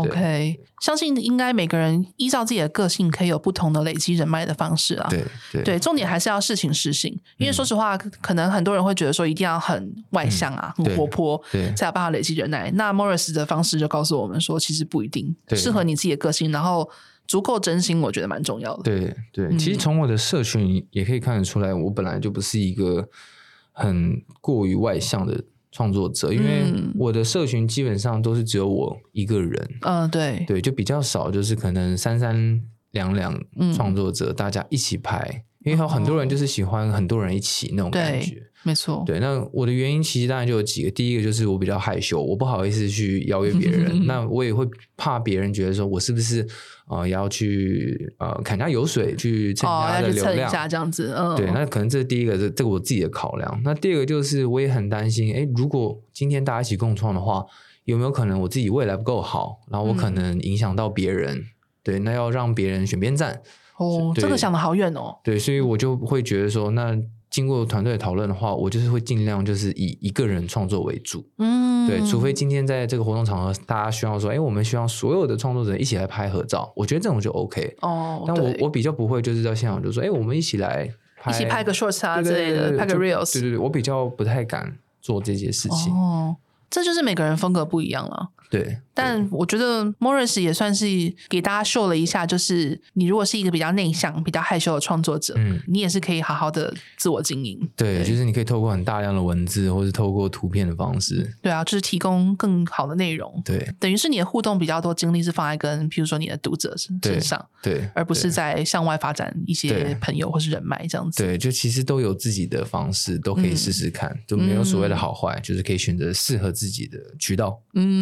OK， 相信应该每个人依照自己的个性可以有不同的累积人脉的方式啊。对，重点还是要事情实行，因为说实话，可能很多人会觉得说一定要很外向啊，很活泼，才有办法累积人脉。那 Morris 的方式就告诉我们说，其实不一定适合你自己的个性，然后足够真心，我觉得蛮重要的。 对，其实从我的社群也可以看得出来，我本来就不是一个很过于外向的创作者，因为我的社群基本上都是只有我一个人。对，就比较少，就是可能3-2创作者大家一起拍。因为有很多人就是喜欢很多人一起那种感觉， 没错。 对，那我的原因其实当然就有几个，第一个就是我比较害羞，我不好意思去邀约别人，那我也会怕别人觉得说我是不是也要去砍价油水去蹭人家的流量， 要去蹭一下这样子。 对，那可能这是第一个，这个我自己的考量。那第二个就是我也很担心，如果今天大家一起共创的话，有没有可能我自己未来不够好，然后我可能影响到别人？对，那要让别人选边站。 这个想得好远哦。 对，所以我就会觉得说，那经过团队的讨论的话，我就是会尽量就是以一个人创作为主。对，除非今天在这个活动场合，大家希望说，我们希望所有的创作者一起来拍合照，我觉得这种就 OK。但我比较不会就是在现场就说，我们一起来一起拍个 shorts 啊之类的，拍个 reels。 对，我比较不太敢做这些事情。 这就是每个人风格不一样了。 对， 但我觉得 Morris 也算是给大家秀了一下，就是你如果是一个比较内向、比较害羞的创作者，你也是可以好好的自我经营。 对，就是你可以透过很大量的文字，或是透过图片的方式， 对啊，就是提供更好的内容。 对， 等于是你的互动比较多精力是放在跟，譬如说你的读者身上， 对， 而不是在向外发展一些朋友或是人脉这样子。 对，就其实都有自己的方式，都可以试试看，就没有所谓的好坏，就是可以选择适合自己的渠道。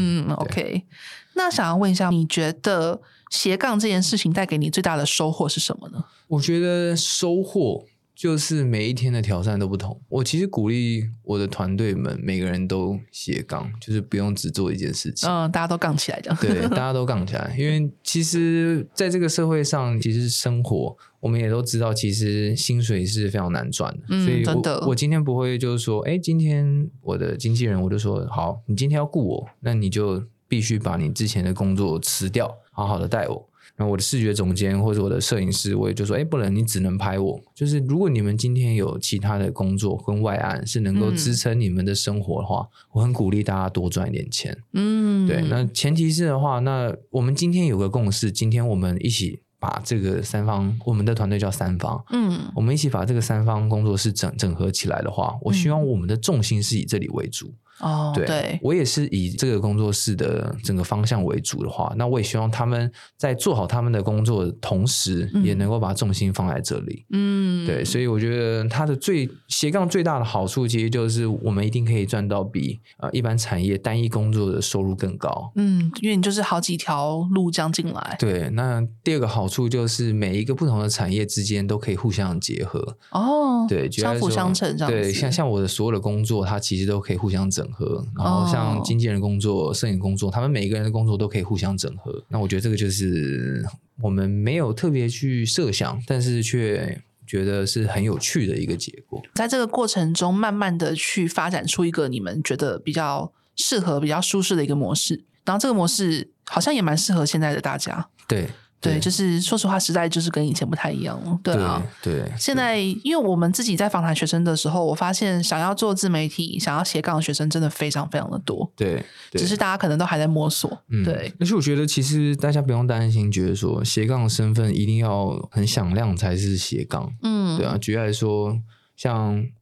OK。那想要问一下，你觉得斜杠这件事情带给你最大的收获是什么呢？ 我觉得收获就是每一天的挑战都不同。我其实鼓励我的团队们每个人都斜杠，就是不用只做一件事情。 大家都杠起来这样。 对，大家都杠起来。因为其实在这个社会上，其实生活我们也都知道，其实薪水是非常难赚的。所以我今天不会就是说，今天我的经纪人我就说，好，你今天要雇我，那你就必须把你之前的工作辞掉，好好的带我。然后我的视觉总监或者我的摄影师，我也就说，不能，你只能拍我。就是如果你们今天有其他的工作跟外案是能够支撑你们的生活的话，我很鼓励大家多赚一点钱。对，那前提是的话，那我们今天有个共识，今天我们一起把这个三方，我们的团队叫三方，我们一起把这个三方工作室整合起来的话，我希望我们的重心是以这里为主。对，我也是以这个工作室的整个方向为主的话，那我也希望他们在做好他们的工作的同时，也能够把重心放在这里。对，所以我觉得它的斜杠最大的好处，其实就是我们一定可以赚到比一般产业单一工作的收入更高。 因为你就是好几条路这样进来。 对，那第二个好处就是每一个不同的产业之间都可以互相结合。对， 相辅相成这样子。 对，像我的所有的工作，它其实都可以互相整合，然后像经纪人工作、摄影工作，他们每一个人的工作都可以互相整合。那我觉得这个就是我们没有特别去设想，但是却觉得是很有趣的一个结果。 在这个过程中，慢慢的去发展出一个你们觉得比较适合、比较舒适的一个模式，然后这个模式好像也蛮适合现在的大家。对，就是说实话，时代就是跟以前不太一样了。对啊， 对。 现在因为我们自己在访谈学生的时候，我发现想要做自媒体、想要斜杠的学生真的非常非常的多。 对， 只是大家可能都还在摸索。对。 而且我觉得其实大家不用担心，觉得说斜杠的身份一定要很响亮才是斜杠。对啊，举例来说，像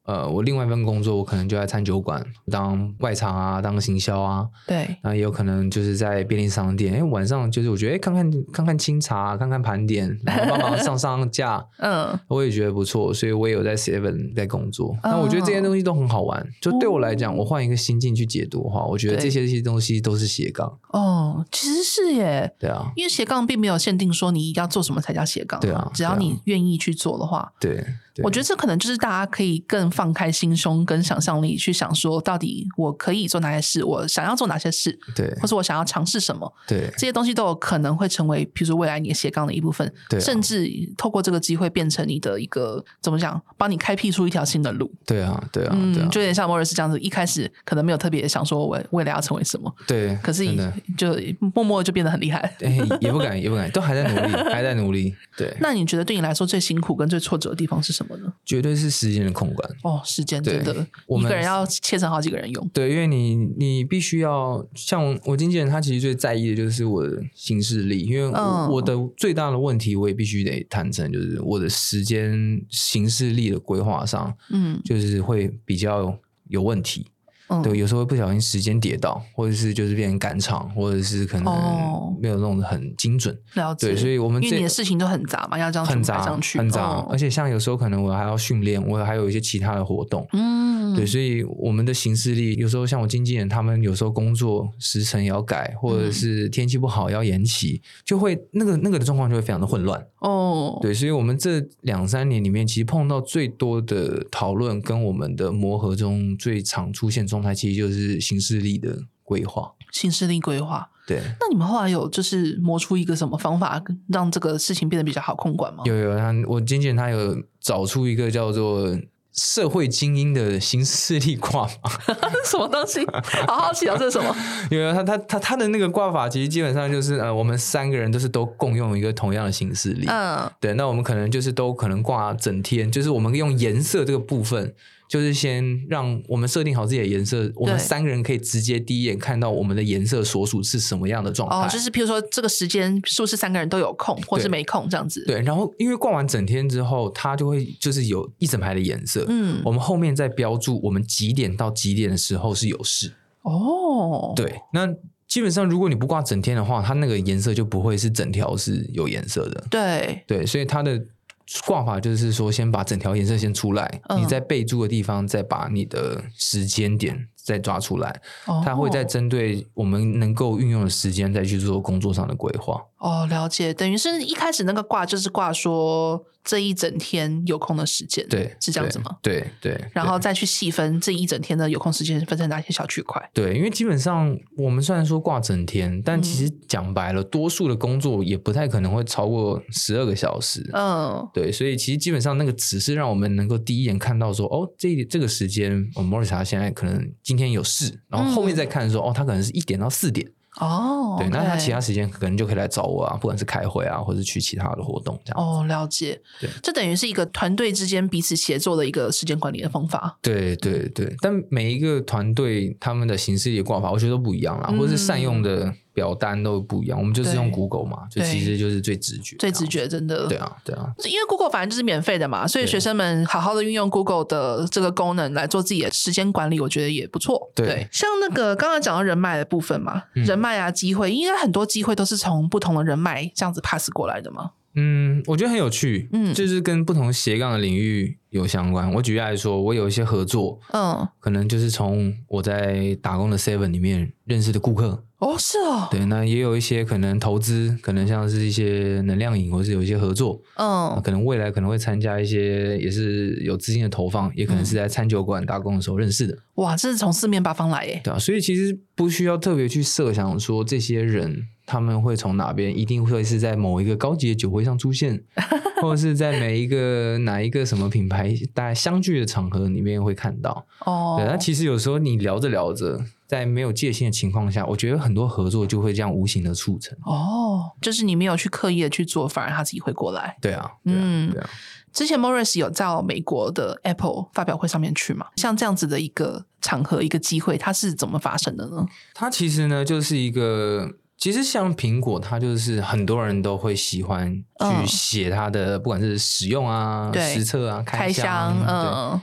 我另外一份工作，我可能就在餐酒馆当外场啊，当行销啊。 对， 那也有可能就是在便利商店，晚上就是我觉得看看清茶，看看盘点，然后帮忙上架，我也觉得不错，所以我也有在 Seven 在工作。那我觉得这些东西都很好玩，就对我来讲，我换一个心境去解读的话，我觉得这些东西都是斜杠。 其实是耶， 对啊， 因为斜杠并没有限定说你一定要做什么才叫斜杠， 对啊， 只要你愿意去做的话， 对。 我觉得这可能就是大家可以更放开心胸跟想象力去想说，到底我可以做哪些事，我想要做哪些事， 对， 或是我想要尝试什么， 对， 这些东西都有可能会成为比如说未来你的斜杠的一部分， 对， 甚至透过这个机会变成你的一个怎么讲，帮你开辟出一条新的路。 对啊，对啊， 就有点像Morris这样子，一开始可能没有特别想说我未来要成为什么， 对， 可是就默默就变得很厉害， 也不敢，都还在努力，还在努力。对， 那你觉得对你来说最辛苦跟最挫折的地方是什么呢？ 绝对是时间的控管。 时间真的一个人要切成好几个人用。对， 因为你必须要像我经纪人，他其实最在意的就是我的行事历，因为我的最大的问题，我也必须得坦诚，就是我的时间行事历的规划上，就是会比较有问题。对，有时候会不小心时间跌到，或者是就是变成赶场，或者是可能没有弄得很精准。 了解。 对，所以我们因为你的事情都很杂嘛，要这样很杂上去， 很杂。而且像有时候可能我还要训练，我还有一些其他的活动。对，所以我们的行事历有时候像我经纪人他们有时候工作时程也要改，或者是天气不好要延期，就会那个的状况就会非常的混乱。对，所以我们这2-3年里面，其实碰到最多的讨论跟我们的磨合中最常出现状态，其实就是行事历的规划。 行事历规划。 对， 那你们后来有就是磨出一个什么方法让这个事情变得比较好控管吗？ 有，我经纪人他有找出一个叫做社会精英的行事历挂法。 什么东西？好好奇哦，这是什么？ 有他的那个挂法，其实基本上就是我们3个人都共用一个同样的行事历。对，那我们可能就是都可能挂整天，就是我们用颜色这个部分。就是先让我们设定好自己的颜色，我们3个人可以直接第一眼看到我们的颜色所属是什么样的状态。 就是譬如说这个时间是不是3个人都有空，或是没空这样子。 对，然后因为逛完整天之后，它就会就是有一整排的颜色。我们后面再标注我们几点到几点的时候是有事。对，那基本上如果你不挂整天的话，它那个颜色就不会是整条是有颜色的。对，所以它的挂法就是说先把整条颜色先出来，你在备注的地方再把你的时间点再抓出来，它会再针对我们能够运用的时间再去做工作上的规划。 了解，等于是一开始那个挂就是挂说这一整天有空的时间， 对， 是这样子吗？ 对， 然后再去细分这一整天的有空时间分成哪些小区块。 对，因为基本上我们虽然说挂整天，但其实讲白了，多数的工作也不太可能会超过12个小时。对，所以其实基本上那个只是让我们能够第一眼看到说，这个时间Morris现在可能今天有事，然后后面再看说，他可能是1点到4点。对，那他其他时间可能就可以来找我啊，不管是开会啊，或者去其他的活动这样。 了解。对，这等于是一个团队之间彼此协作的一个时间管理的方法。 对，但每一个团队他们的形式也挂法，我觉得都不一样啦，或者是善用的表单都不一样。我们就是用 Google 嘛，就其实就是最直觉， 真的。 对啊， 因为 Google 反正就是免费的嘛，所以学生们好好的运用 Google 的这个功能来做自己的时间管理，我觉得也不错。对，像那个刚刚讲到人脉的部分嘛，人脉啊，机会，应该很多机会都是从不同的人脉这样子 pass 过来的嘛。 我觉得很有趣，就是跟不同斜杠的领域有相关。我举例来说，我有一些合作，可能就是从我在打工的 Seven 里面认识的顾客。 是哦。 对，那也有一些可能投资，可能像是一些能量饮，或是有一些合作。可能未来可能会参加一些也是有资金的投放，也可能是在餐酒馆打工的时候认识的。 哇，这是从4面8方来耶。 对啊，所以其实不需要特别去设想说这些人他们会从哪边，一定会是在某一个高级的酒会上出现，或者是在哪一个什么品牌大家相聚的场合里面会看到。对，那其实有时候你聊着聊着，在没有界限的情况下，我觉得很多合作就会这样无形的促成。 就是你没有去刻意的去做，反而他自己会过来。 对啊。 之前 Morris 有到美国的 Apple 发表会上面去嘛？像这样子的一个场合、一个机会，它是怎么发生的呢？ 它其实呢，就是一个，其实像苹果，它就是很多人都会喜欢去写它的，不管是使用啊、实测啊、开箱。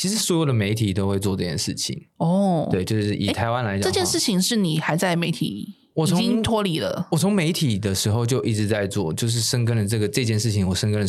其实所有的媒体都会做这件事情哦。 对，就是以台湾来讲， 这件事情是你还在媒体已经脱离了？ 我从媒体的时候就一直在做，就是深耕了这件事情，我深耕了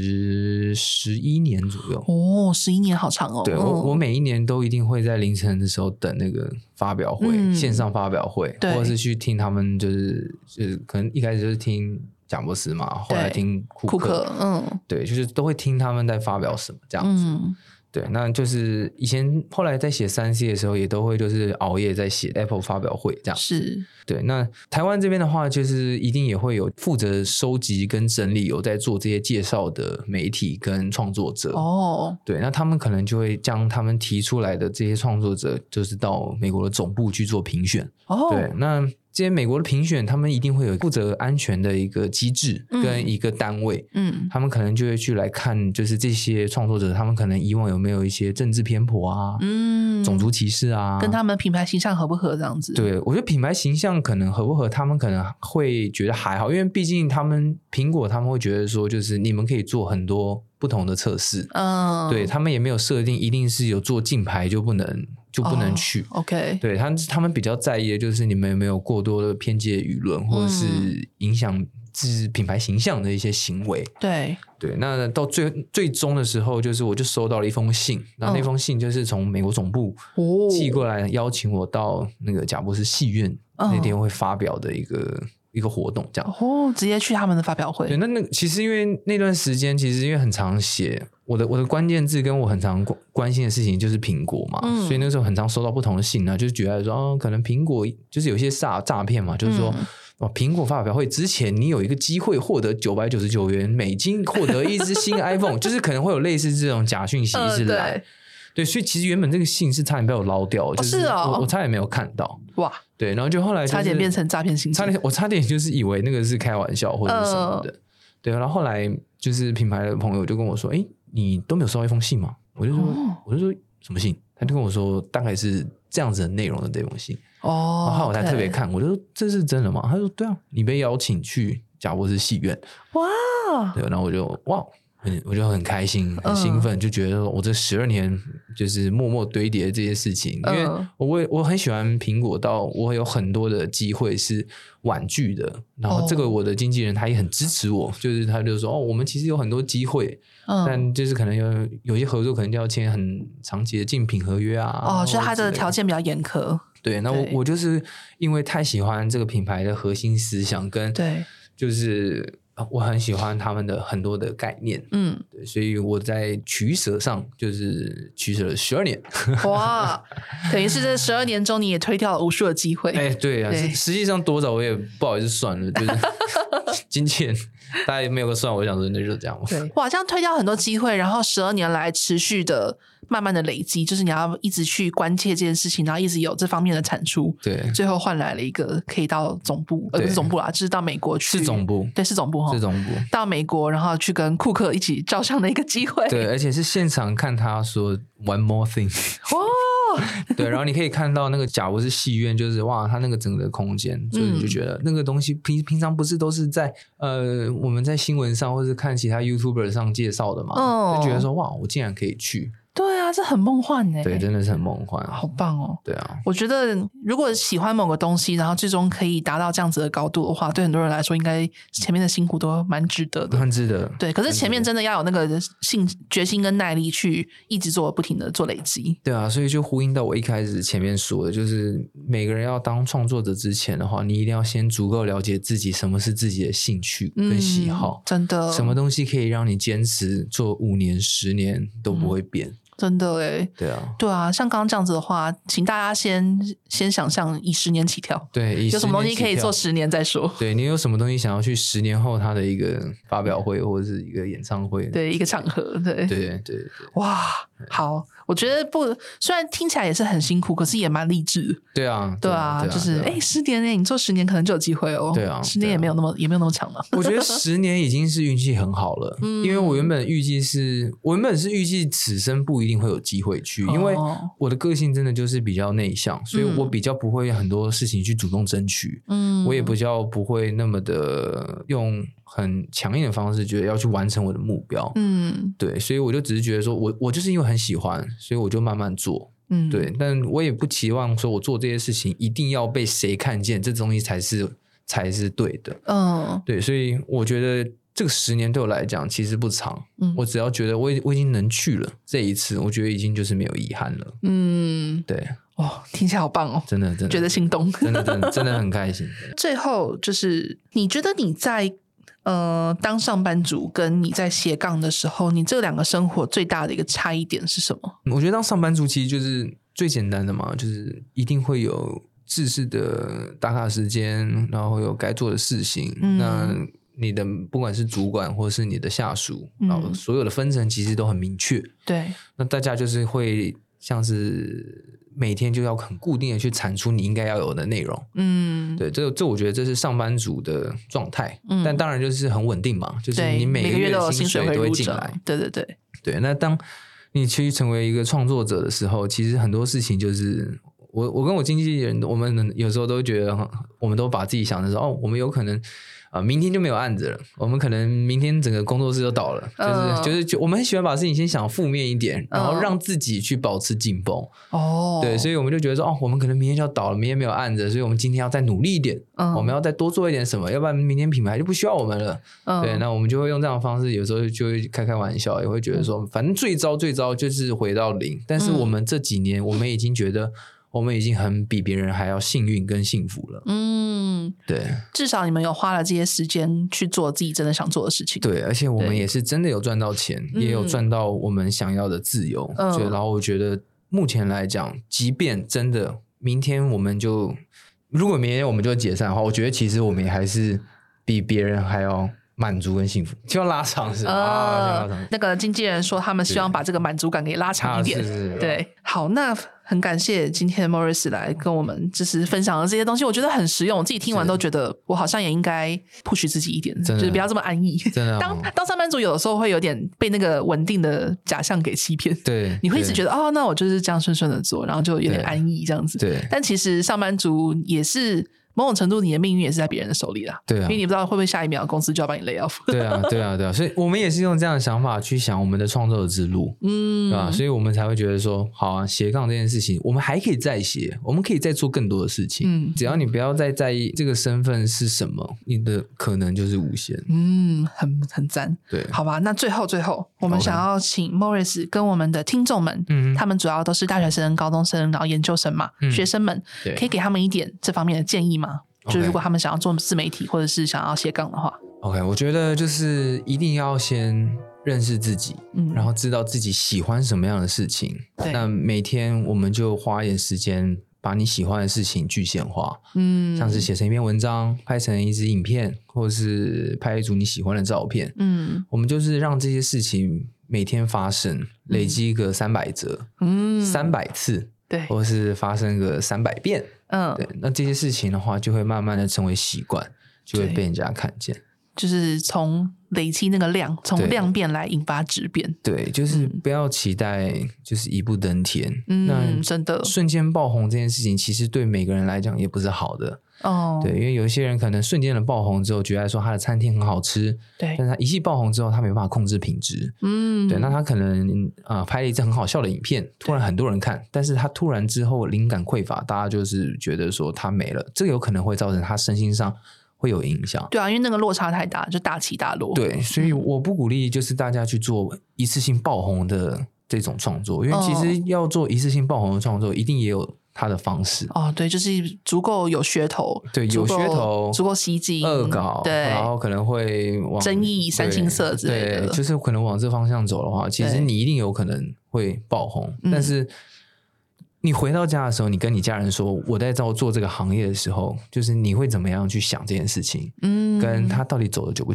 11年左右。 哦，11年好长哦。 对，我每一年都一定会在凌晨的时候等那个发表会，线上发表会，或者是去听他们就是可能一开始就是听贾伯斯嘛，后来听库克，对，就是都会听他们在发表什么这样子。对，那就是以前后来在写3C 的时候，也都会就是熬夜在写 Apple 发表会这样。 是， 对。那台湾这边的话，就是一定也会有负责收集跟整理有在做这些介绍的媒体跟创作者。哦，对，那他们可能就会将他们提出来的这些创作者，就是到美国的总部去做评选。哦，对，那这些美国的评选，他们一定会有负责安全的一个机制跟一个单位，他们可能就会去来看，就是这些创作者，他们可能以往有没有一些政治偏颇啊，种族歧视啊， 跟他们品牌形象合不合这样子。 对，我觉得品牌形象可能合不合，他们可能会觉得还好，因为毕竟苹果他们会觉得说，就是你们可以做很多不同的测试，对，他们也没有设定一定是有做竞牌就不能去。 OK， 对，他们比较在意的就是你们有没有过多的偏见舆论，或者是影响自品牌形象的一些行为。 对， 那到最终的时候，就是我就收到了一封信，那封信就是从美国总部寄过来，邀请我到那个贾伯斯戏院那天会发表的一个活动，这样直接去他们的发表会。 对，那其实因为那段时间，其实因为很常写我的关键字跟我很常关心的事情就是苹果嘛，所以那时候很常收到不同的信啊，就是觉得说可能苹果就是有些诈骗嘛，就是说苹果发表会之前你有一个机会获得999元美金，获得一支新 iPhone， 就是可能会有类似这种假讯息一直来。对，所以其实原本这个信是差点被我捞掉，就是我差点没有看到。哇，对，然后就后来差点变成诈骗信息， 我差点就是以为那个是开玩笑或者是什么的。对，然后后来就是品牌的朋友就跟我说：“哎，你都没有收到一封信吗？”我就说什么信？他就跟我说大概是这样子的内容的这封信。然后我才特别看，我就说这是真的吗？他说对啊，你被邀请去贾伯斯戏院。哇！对，然后我就很开心很兴奋，就觉得我这12年就是默默堆叠这些事情，因为我很喜欢苹果到我有很多的机会是婉拒的，然后这个我的经纪人他也很支持我，就是他就说我们其实有很多机会，但就是可能有些合作可能就要签很长期的竞品合约啊， 就是他的条件比较严苛。 对，那我就是因为太喜欢这个品牌的核心思想跟就是我很喜欢他们的很多的概念，对，所以我在取舍上就是取舍了12年。哇， 等于是这12年中你也推掉了无数的机会。 对啊，实际上多少我也不好意思算了，就是金钱大家也没有个算，我想说那就这样吧。 对，哇，这样推掉很多机会，然后12年来持续的慢慢的累积，就是你要一直去关切这件事情，然后一直有这方面的产出， 对， 最后换来了一个可以到总部，不是总部啦，就是到美国去， 是总部， 对，是总部是总部， 到美国，然后去跟库克一起照相的一个机会， 对，而且是现场看他说 One More Thing， 对，然后你可以看到那个贾伯斯戏院，就是哇，他那个整个空间，所以你就觉得那个东西平常不是都是在我们在新闻上或是看其他 YouTuber 上介绍的嘛，就觉得说哇，我竟然可以去。 对啊，这很梦幻耶。 对，真的是很梦幻， 好棒哦。 对啊， 我觉得如果喜欢某个东西，然后最终可以达到这样子的高度的话，对很多人来说，应该前面的辛苦都蛮值得的， 很值得。 对，可是前面真的要有那个决心跟耐力去一直做，不停的做累积。 对啊，所以就呼应到我一开始前面说的，就是每个人要当创作者之前的话，你一定要先足够了解自己什么是自己的兴趣跟喜好， 真的， 什么东西可以让你坚持做5年10年都不会变。 真的耶，对啊，像刚刚这样子的话，请大家先想象以10年起跳， 对， 有什么东西可以做10年再说。 对，你有什么东西想要去10年后他的一个发表会或者是一个演唱会， 对，一个场合，对，哇，好，我觉得虽然听起来也是很辛苦，可是也蛮励志。 对啊， 就是10年你做10年可能就有机会哦。 对啊 ，10年也没有那么长嘛。 我觉得10年已经是运气很好了，因为我原本是预计此生不一定会有机会去，因为我的个性真的就是比较内向，所以我比较不会很多事情去主动争取，我也比较不会那么的用很强硬的方式，觉得要去完成我的目标。对，所以我就只是觉得说我就是因为很喜欢，所以我就慢慢做。对，但我也不期望说我做这些事情一定要被谁看见，这东西才是对的。对，所以我觉得这个10年对我来讲其实不长。我只要觉得我已经能去了这一次，我觉得已经就是没有遗憾了。对。 听起来好棒哦， 真的觉得心动， 真的很开心。 最后就是你觉得你在当上班族跟你在斜杠的时候，你这2个生活最大的一个差异点是什么？ 我觉得当上班族其实就是最简单的嘛，就是一定会有制式的打卡时间，然后有该做的事情。那你的不管是主管或是你的下属，然后所有的分层其实都很明确。 对， 那大家就是会像是每天就要很固定的去产出你应该要有的内容。对，这我觉得这是上班族的状态。但当然就是很稳定嘛，就是你每个月的薪水都会进来。对，那当你去成为一个创作者的时候，其实很多事情就是我跟我经纪人，我们有时候都觉得，我们都把自己想的说，我们有可能明天就没有案子了，我们可能明天整个工作室就倒了。就是我们很喜欢把事情先想负面一点，然后让自己去保持紧绷。对，所以我们就觉得说，我们可能明天就要倒了，明天没有案子，所以我们今天要再努力一点。我们要再多做一点什么，要不然明天品牌就不需要我们了。对，那我们就会用这样的方式，有时候就会开玩笑，也会觉得说，反正最糟就是回到0。但是我们这几年，我们已经觉得我们已经很比别人还要幸运跟幸福了。对， 至少你们有花了这些时间去做自己真的想做的事情。 对，而且我们也是真的有赚到钱，也有赚到我们想要的自由。然后我觉得目前来讲，即便真的明天如果明天我们就解散的话，我觉得其实我们也还是比别人还要满足跟幸福。希望拉长是那个经纪人说他们希望把这个满足感给拉长一点。对，好，那很感谢今天 Morris 来跟我们就是分享的这些东西，我觉得很实用。我自己听完都觉得我好像也应该 push 自己一点，就是不要这么安逸。 真的当上班族有的时候会有点被那个稳定的假象给欺骗。 对， 你会一直觉得那我就是这样顺顺的做，然后就有点安逸这样子。 对， 但其实上班族也是某种程度你的命运也是在别人的手里啦。 对啊， 因为你不知道会不会下一秒公司就要把你 lay off。 对啊，所以我们也是用这样的想法去想我们的创作之路。对吧？所以我们才会觉得说，好啊，斜杠这件事情我们还可以再斜，我们可以再做更多的事情。只要你不要再在意这个身份是什么，你的可能就是无限。 很赞。 对， 好吧，那最后我们想要请 Morris 跟我们的听众们，他们主要都是大学生、高中生，然后研究生嘛，学生们，可以给他们一点这方面的建议吗？就是如果他们想要做自媒体或者是想要斜杠的话。 OK， 我觉得就是一定要先认识自己，然后知道自己喜欢什么样的事情。那每天我们就花一点时间把你喜欢的事情具现化。像是写成一篇文章，拍成一支影片，或是拍一组你喜欢的照片。我们就是让这些事情每天发生，累积个300则，300次，对，或是发生个300遍。对，那这些事情的话就会慢慢的成为习惯，就会被人家看见。 就是从累积那个量，从量变来引发质变。 对，就是不要期待就是一步登天。那真的瞬间爆红这件事情，其实对每个人来讲也不是好的。对，因为有一些人可能瞬间的爆红之后，觉得说他的餐厅很好吃，对，但是他一夕爆红之后，他没办法控制品质。对，那他可能拍了一支很好笑的影片，突然很多人看，但是他突然之后灵感匮乏，大家就是觉得说他没了，这个有可能会造成他身心上会有影响。 对啊，因为那个落差太大，就大起大落。 对，所以我不鼓励就是大家去做一次性爆红的这种创作，因为其实要做一次性爆红的创作，一定也有它的方式。 对，就是足够有噱头， 对，有噱头， 足够吸睛， 恶搞，对，然后可能会往争议、三星色之类的， 对，就是可能往这方向走的话，其实你一定有可能会爆红，但是你回到家的时候，你跟你家人说我在做这个行业的时候，就是你会怎么样去想这件事情，跟他到底走得久不久？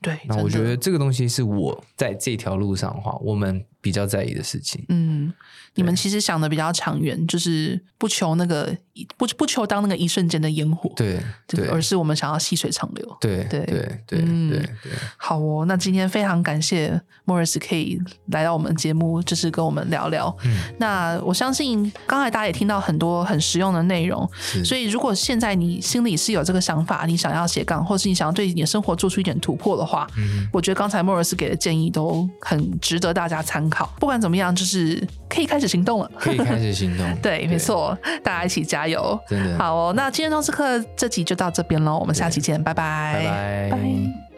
对， 那我觉得这个东西是我在这条路上的话，我们比较在意的事情。 你们其实想的比较长远，就是不求那个不求当那个一瞬间的烟火， 对， 而是我们想要细水长流。 对。 好哦，那今天非常感谢 Morris 可以来到我们节目，就是跟我们聊聊。那我相信刚才大家也听到很多很实用的内容，所以如果现在你心里是有这个想法，你想要斜杠，或是你想要对你的生活做出一点突破的话，我觉得刚才 Morris 给的建议都很值得大家参考。不管怎么样，就是可以开始行动了， 可以开始行动。 对，没错，大家一起加油， 真的好哦。那今天通识课这集就到这边咯，我们下期见，拜拜， 拜拜。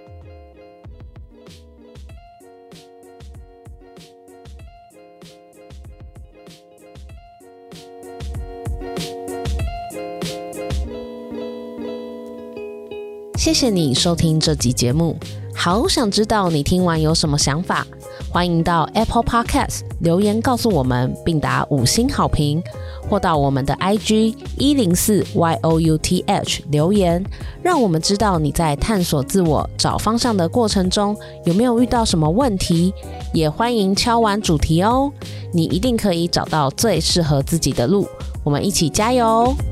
谢谢你收听这集节目，好想知道你听完有什么想法，欢迎到 Apple Podcast 留言告诉我们，并打5星好评，或到我们的 IG 104YOUTH 留言，让我们知道你在探索自我、找方向的过程中有没有遇到什么问题，也欢迎敲完主题哦，你一定可以找到最适合自己的路，我们一起加油哦。